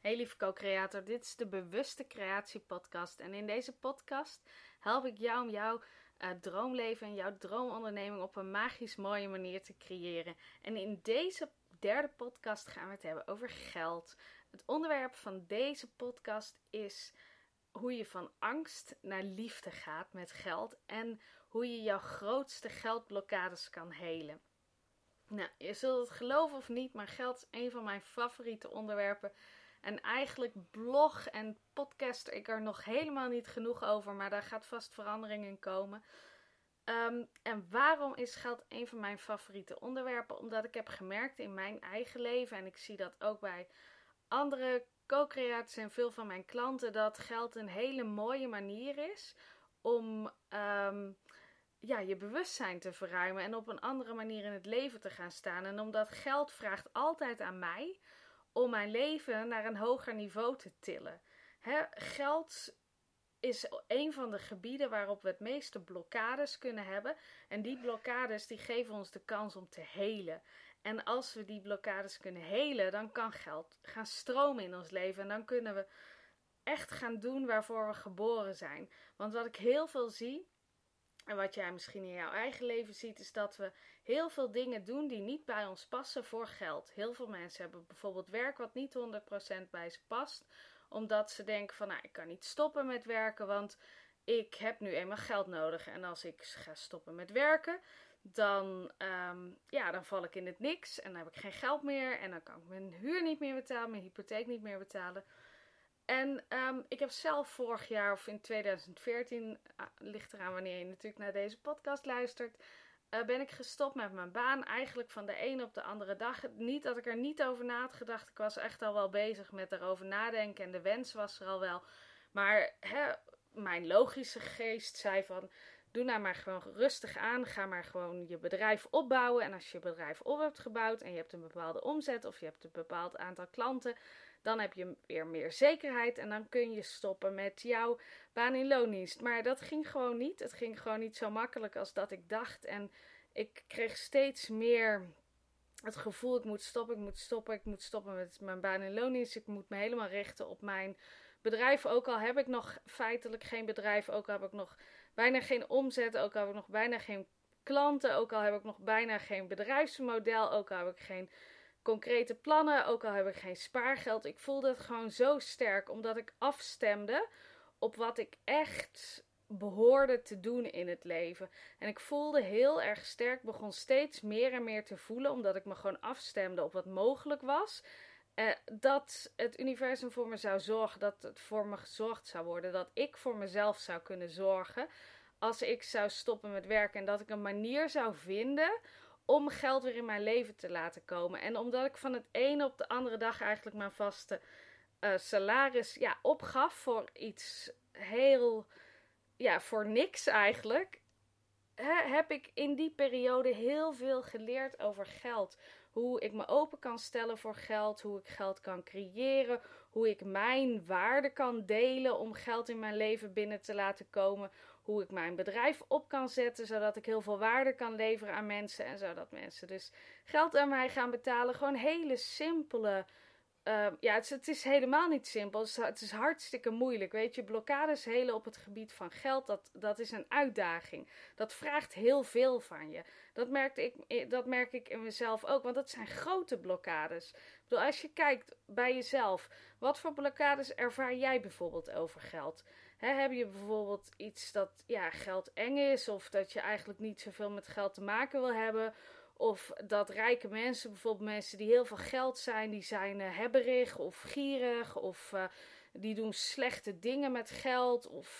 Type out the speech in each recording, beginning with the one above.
Hey lieve co-creator, dit is de Bewuste Creatie podcast en in deze podcast help ik jou om jouw droomleven en jouw droomonderneming op een magisch mooie manier te creëren. En in deze derde podcast gaan we het hebben over geld. Het onderwerp van deze podcast is hoe je van angst naar liefde gaat met geld en hoe je jouw grootste geldblokkades kan helen. Nou, je zult het geloven of niet, maar geld is een van mijn favoriete onderwerpen. En eigenlijk blog en podcast ik er nog helemaal niet genoeg over, maar daar gaat vast verandering in komen. En waarom is geld een van mijn favoriete onderwerpen? Omdat ik heb gemerkt in mijn eigen leven, en ik zie dat ook bij andere co-creators en veel van mijn klanten, dat geld een hele mooie manier is om je bewustzijn te verruimen en op een andere manier in het leven te gaan staan. En omdat geld vraagt altijd aan mij om mijn leven naar een hoger niveau te tillen. Geld is een van de gebieden waarop we het meeste blokkades kunnen hebben. En die blokkades die geven ons de kans om te helen. En als we die blokkades kunnen helen, dan kan geld gaan stromen in ons leven. En dan kunnen we echt gaan doen waarvoor we geboren zijn. Want wat ik heel veel zie, en wat jij misschien in jouw eigen leven ziet, is dat we heel veel dingen doen die niet bij ons passen voor geld. Heel veel mensen hebben bijvoorbeeld werk wat niet 100% bij ze past. Omdat ze denken van, ik kan niet stoppen met werken, want ik heb nu eenmaal geld nodig. En als ik ga stoppen met werken, dan val ik in het niks. En dan heb ik geen geld meer. En dan kan ik mijn huur niet meer betalen, mijn hypotheek niet meer betalen. En ik heb zelf vorig jaar of in 2014, ligt eraan wanneer je natuurlijk naar deze podcast luistert, ben ik gestopt met mijn baan. Eigenlijk van de ene op de andere dag. Niet dat ik er niet over na had gedacht. Ik was echt al wel bezig met erover nadenken en de wens was er al wel. Maar mijn logische geest zei van, doe nou maar gewoon rustig aan. Ga maar gewoon je bedrijf opbouwen. En als je je bedrijf op hebt gebouwd en je hebt een bepaalde omzet of je hebt een bepaald aantal klanten, dan heb je weer meer zekerheid en dan kun je stoppen met jouw baan in loondienst. Maar dat ging gewoon niet. Het ging gewoon niet zo makkelijk als dat ik dacht. En ik kreeg steeds meer het gevoel, ik moet stoppen met mijn baan in loondienst. Ik moet me helemaal richten op mijn bedrijf. Ook al heb ik nog feitelijk geen bedrijf, ook al heb ik nog bijna geen omzet, ook al heb ik nog bijna geen klanten, ook al heb ik nog bijna geen bedrijfsmodel, ook al heb ik geen concrete plannen, ook al heb ik geen spaargeld. Ik voelde het gewoon zo sterk, omdat ik afstemde op wat ik echt behoorde te doen in het leven. En ik voelde heel erg sterk, begon steeds meer en meer te voelen, omdat ik me gewoon afstemde op wat mogelijk was. Dat het universum voor me zou zorgen, dat het voor me gezorgd zou worden, dat ik voor mezelf zou kunnen zorgen als ik zou stoppen met werken en dat ik een manier zou vinden om geld weer in mijn leven te laten komen. En omdat ik van het ene op de andere dag eigenlijk mijn vaste salaris opgaf voor iets heel, voor niks eigenlijk, heb ik in die periode heel veel geleerd over geld. Hoe ik me open kan stellen voor geld, hoe ik geld kan creëren, hoe ik mijn waarde kan delen om geld in mijn leven binnen te laten komen, hoe ik mijn bedrijf op kan zetten, zodat ik heel veel waarde kan leveren aan mensen en zodat mensen dus geld aan mij gaan betalen. Gewoon hele simpele. Het is helemaal niet simpel. Het is hartstikke moeilijk. Weet je, blokkades helen op het gebied van geld, dat is een uitdaging. Dat vraagt heel veel van je. Dat merk ik in mezelf ook, want dat zijn grote blokkades. Ik bedoel, als je kijkt bij jezelf, wat voor blokkades ervaar jij bijvoorbeeld over geld? Heb je bijvoorbeeld iets dat geld eng is, of dat je eigenlijk niet zoveel met geld te maken wil hebben? Of dat rijke mensen, bijvoorbeeld mensen die heel veel geld zijn, die zijn hebberig of gierig. Of die doen slechte dingen met geld. Of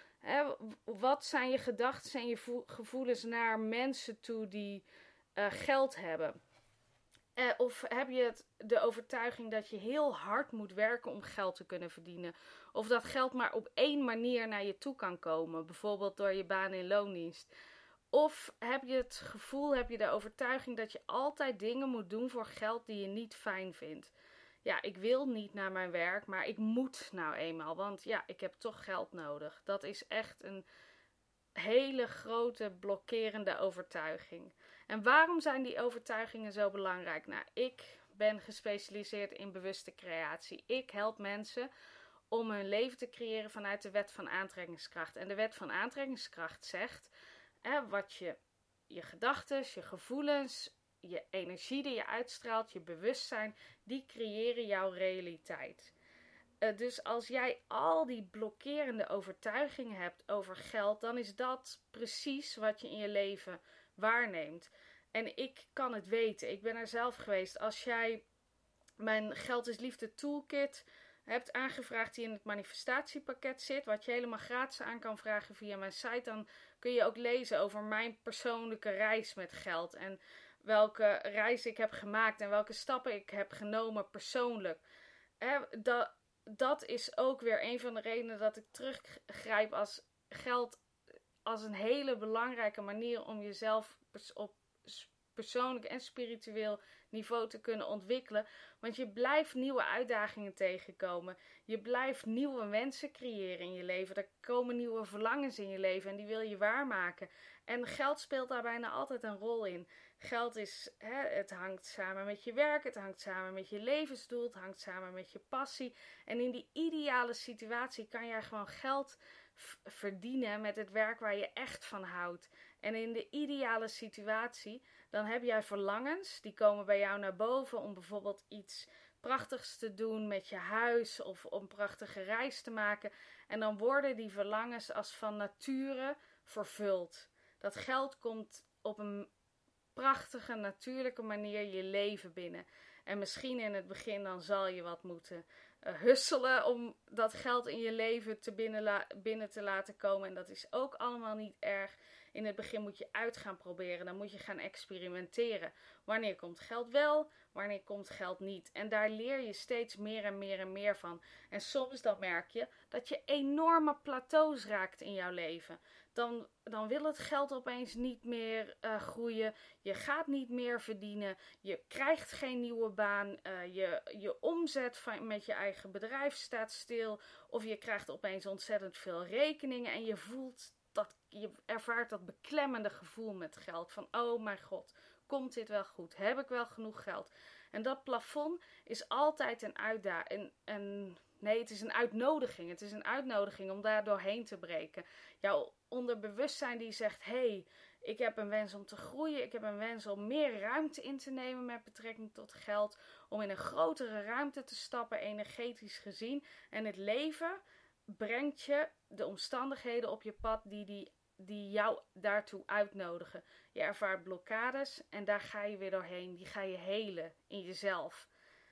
wat zijn je gedachten en je gevoelens naar mensen toe die geld hebben? Of heb je de overtuiging dat je heel hard moet werken om geld te kunnen verdienen? Of dat geld maar op één manier naar je toe kan komen, bijvoorbeeld door je baan in loondienst? Of heb je het gevoel, heb je de overtuiging dat je altijd dingen moet doen voor geld die je niet fijn vindt? Ja, ik wil niet naar mijn werk, maar ik moet nou eenmaal, want ik heb toch geld nodig. Dat is echt een hele grote blokkerende overtuiging. En waarom zijn die overtuigingen zo belangrijk? Nou, ik ben gespecialiseerd in bewuste creatie. Ik help mensen om hun leven te creëren vanuit de wet van aantrekkingskracht. En de wet van aantrekkingskracht zegt, wat je gedachten, je gevoelens, je energie die je uitstraalt, je bewustzijn, die creëren jouw realiteit. Dus als jij al die blokkerende overtuigingen hebt over geld, dan is dat precies wat je in je leven waarneemt. En ik kan het weten. Ik ben er zelf geweest. Als jij mijn Geld is Liefde toolkit hebt aangevraagd die in het manifestatiepakket zit, wat je helemaal gratis aan kan vragen via mijn site, dan kun je ook lezen over mijn persoonlijke reis met geld. En welke reis ik heb gemaakt en welke stappen ik heb genomen persoonlijk. Dat is ook weer een van de redenen dat ik teruggrijp als geld als een hele belangrijke manier om jezelf op persoonlijk en spiritueel niveau te kunnen ontwikkelen. Want je blijft nieuwe uitdagingen tegenkomen. Je blijft nieuwe wensen creëren in je leven. Er komen nieuwe verlangens in je leven en die wil je waarmaken. En geld speelt daar bijna altijd een rol in. Geld is, het hangt samen met je werk, het hangt samen met je levensdoel, het hangt samen met je passie. En in die ideale situatie kan jij gewoon geld verdienen met het werk waar je echt van houdt. En in de ideale situatie, dan heb jij verlangens, die komen bij jou naar boven om bijvoorbeeld iets prachtigs te doen met je huis of om een prachtige reis te maken. En dan worden die verlangens als van nature vervuld. Dat geld komt op een prachtige, natuurlijke manier je leven binnen. En misschien in het begin dan zal je wat moeten husselen om dat geld in je leven binnen te laten komen. En dat is ook allemaal niet erg. In het begin moet je uit gaan proberen. Dan moet je gaan experimenteren. Wanneer komt geld wel? Wanneer komt geld niet? En daar leer je steeds meer en meer en meer van. En soms dan merk je dat je enorme plateaus raakt in jouw leven. Dan wil het geld opeens niet meer groeien. Je gaat niet meer verdienen. Je krijgt geen nieuwe baan. Je omzet met je eigen bedrijf staat stil. Of je krijgt opeens ontzettend veel rekeningen. En je ervaart dat beklemmende gevoel met geld. Van, oh mijn god, komt dit wel goed? Heb ik wel genoeg geld? En dat plafond is altijd een uitdaging. Nee, het is een uitnodiging. Het is een uitnodiging om daar doorheen te breken. Jouw onderbewustzijn die zegt, hey, ik heb een wens om te groeien. Ik heb een wens om meer ruimte in te nemen met betrekking tot geld. Om in een grotere ruimte te stappen, energetisch gezien. En het leven brengt je de omstandigheden op je pad die jou daartoe uitnodigen. Je ervaart blokkades en daar ga je weer doorheen. Die ga je helen in jezelf.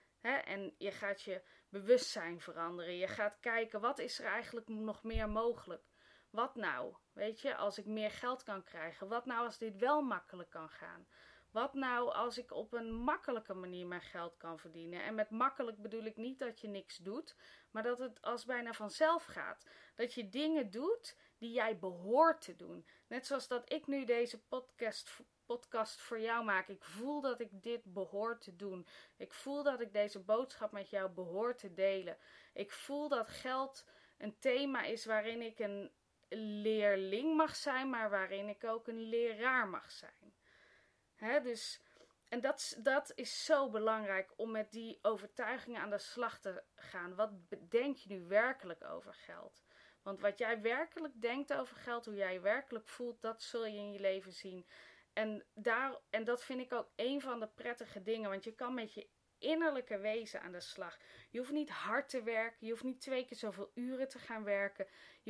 En je gaat je bewustzijn veranderen. Je gaat kijken, wat is er eigenlijk nog meer mogelijk? Wat nou, weet je, als ik meer geld kan krijgen? Wat nou als dit wel makkelijk kan gaan? Wat nou als ik op een makkelijke manier mijn geld kan verdienen? En met makkelijk bedoel ik niet dat je niks doet, maar dat het als bijna vanzelf gaat. Dat je dingen doet die jij behoort te doen. Net zoals dat ik nu deze podcast voor jou maak. Ik voel dat ik dit behoor te doen. Ik voel dat ik deze boodschap met jou behoor te delen. Ik voel dat geld een thema is waarin ik een leerling mag zijn, maar waarin ik ook een leraar mag zijn. En dat is zo belangrijk om met die overtuigingen aan de slag te gaan. Wat denk je nu werkelijk over geld? Want wat jij werkelijk denkt over geld, hoe jij je werkelijk voelt, dat zul je in je leven zien. En dat vind ik ook een van de prettige dingen, want je kan met je innerlijke wezen aan de slag. Je hoeft niet hard te werken, je hoeft niet 2 keer zoveel uren te gaan werken. Je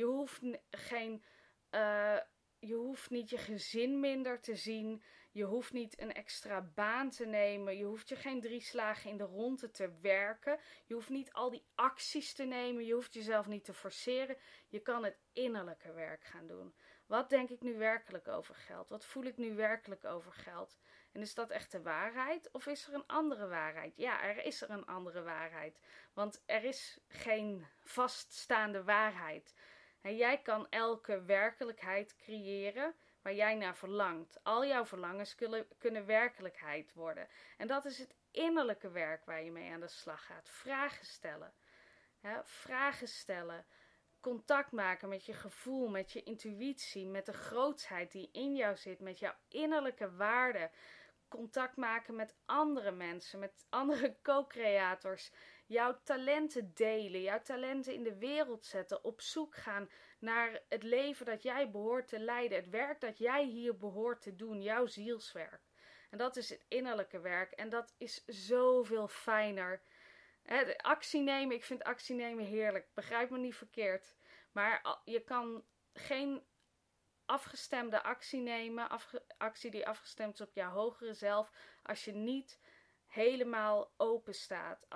hoeft niet je gezin minder te zien. Je hoeft niet een extra baan te nemen. Je hoeft je geen 3 slagen in de ronde te werken. Je hoeft niet al die acties te nemen. Je hoeft jezelf niet te forceren. Je kan het innerlijke werk gaan doen. Wat denk ik nu werkelijk over geld? Wat voel ik nu werkelijk over geld? En is dat echt de waarheid? Of is er een andere waarheid? Ja, er is een andere waarheid. Want er is geen vaststaande waarheid. En jij kan elke werkelijkheid creëren waar jij naar verlangt. Al jouw verlangens kunnen werkelijkheid worden. En dat is het innerlijke werk waar je mee aan de slag gaat. Vragen stellen. Vragen stellen. Contact maken met je gevoel, met je intuïtie, met de grootsheid die in jou zit, met jouw innerlijke waarden. contact maken met andere mensen, met andere co-creators. Jouw talenten delen, jouw talenten in de wereld zetten. Op zoek gaan naar het leven dat jij behoort te leiden. Het werk dat jij hier behoort te doen, jouw zielswerk. En dat is het innerlijke werk. En dat is zoveel fijner. De actie nemen, ik vind actie nemen heerlijk. Begrijp me niet verkeerd. Maar je kan geen afgestemde actie nemen, actie die afgestemd is op jouw hogere zelf, als je niet helemaal open staat.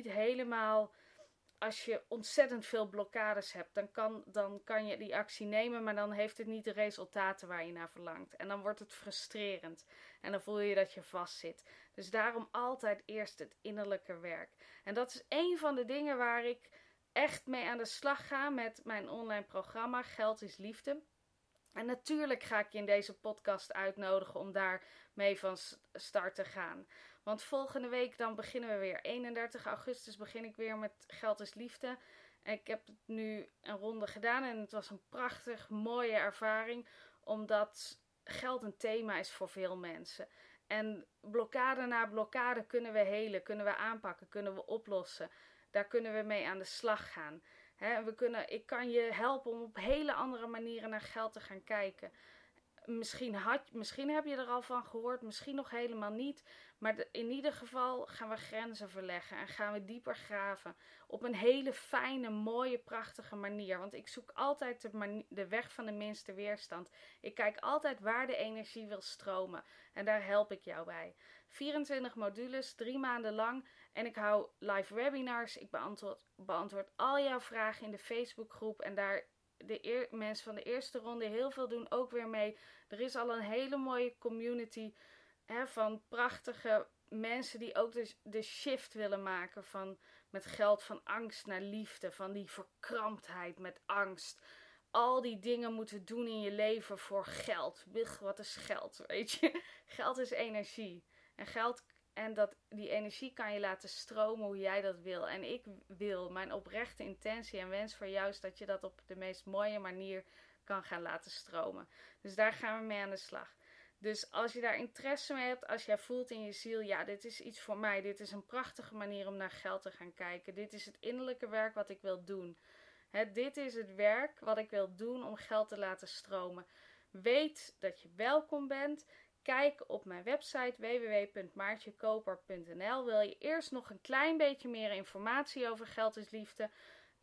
Als je ontzettend veel blokkades hebt, dan kan je die actie nemen, maar dan heeft het niet de resultaten waar je naar verlangt. En dan wordt het frustrerend. En dan voel je dat je vastzit. Dus daarom altijd eerst het innerlijke werk. En dat is een van de dingen waar ik echt mee aan de slag ga met mijn online programma Geld is Liefde. En natuurlijk ga ik je in deze podcast uitnodigen om daar mee van start te gaan. Want volgende week dan beginnen we weer. 31 augustus begin ik weer met Geld is Liefde. En ik heb het nu een ronde gedaan en het was een prachtig mooie ervaring. Omdat geld een thema is voor veel mensen. En blokkade na blokkade kunnen we helen, kunnen we aanpakken, kunnen we oplossen. Daar kunnen we mee aan de slag gaan. Ik kan je helpen om op hele andere manieren naar geld te gaan kijken. Misschien heb je er al van gehoord, misschien nog helemaal niet. Maar in ieder geval gaan we grenzen verleggen en gaan we dieper graven. Op een hele fijne, mooie, prachtige manier. Want ik zoek altijd de weg van de minste weerstand. Ik kijk altijd waar de energie wil stromen. En daar help ik jou bij. 24 modules, 3 maanden lang. En ik hou live webinars. Ik beantwoord al jouw vragen in de Facebookgroep. En daar mensen van de eerste ronde heel veel doen ook weer mee. Er is al een hele mooie community van prachtige mensen die ook de shift willen maken met geld van angst naar liefde. Van die verkramptheid met angst. Al die dingen moeten doen in je leven voor geld. Wat is geld, weet je? Geld is energie. En die energie kan je laten stromen hoe jij dat wil. En ik wil, mijn oprechte intentie en wens voor jou is dat je dat op de meest mooie manier kan gaan laten stromen. Dus daar gaan we mee aan de slag. Dus als je daar interesse mee hebt, als jij voelt in je ziel, ja, dit is iets voor mij. Dit is een prachtige manier om naar geld te gaan kijken. Dit is het innerlijke werk wat ik wil doen. Dit is het werk wat ik wil doen om geld te laten stromen. Weet dat je welkom bent. Kijk op mijn website www.maartjekoper.nl. Wil je eerst nog een klein beetje meer informatie over Geld is Liefde?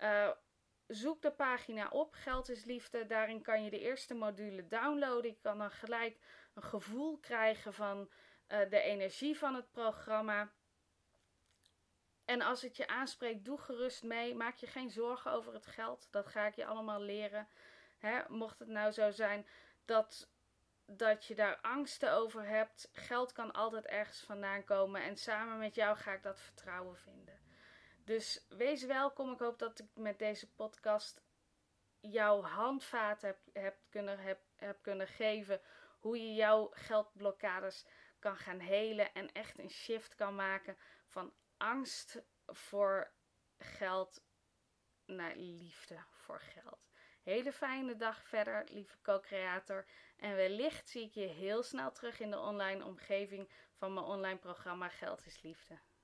Zoek de pagina op, Geld is Liefde. Daarin kan je de eerste module downloaden. Je kan dan gelijk een gevoel krijgen van de energie van het programma. En als het je aanspreekt, doe gerust mee. Maak je geen zorgen over het geld. Dat ga ik je allemaal leren. Mocht het nou zo zijn dat je daar angsten over hebt. Geld kan altijd ergens vandaan komen. En samen met jou ga ik dat vertrouwen vinden. Dus wees welkom. Ik hoop dat ik met deze podcast jouw handvaten heb kunnen geven. Hoe je jouw geldblokkades kan gaan helen. En echt een shift kan maken van angst voor geld naar liefde voor geld. Hele fijne dag verder, lieve co-creator. En wellicht zie ik je heel snel terug in de online omgeving van mijn online programma Geld is Liefde.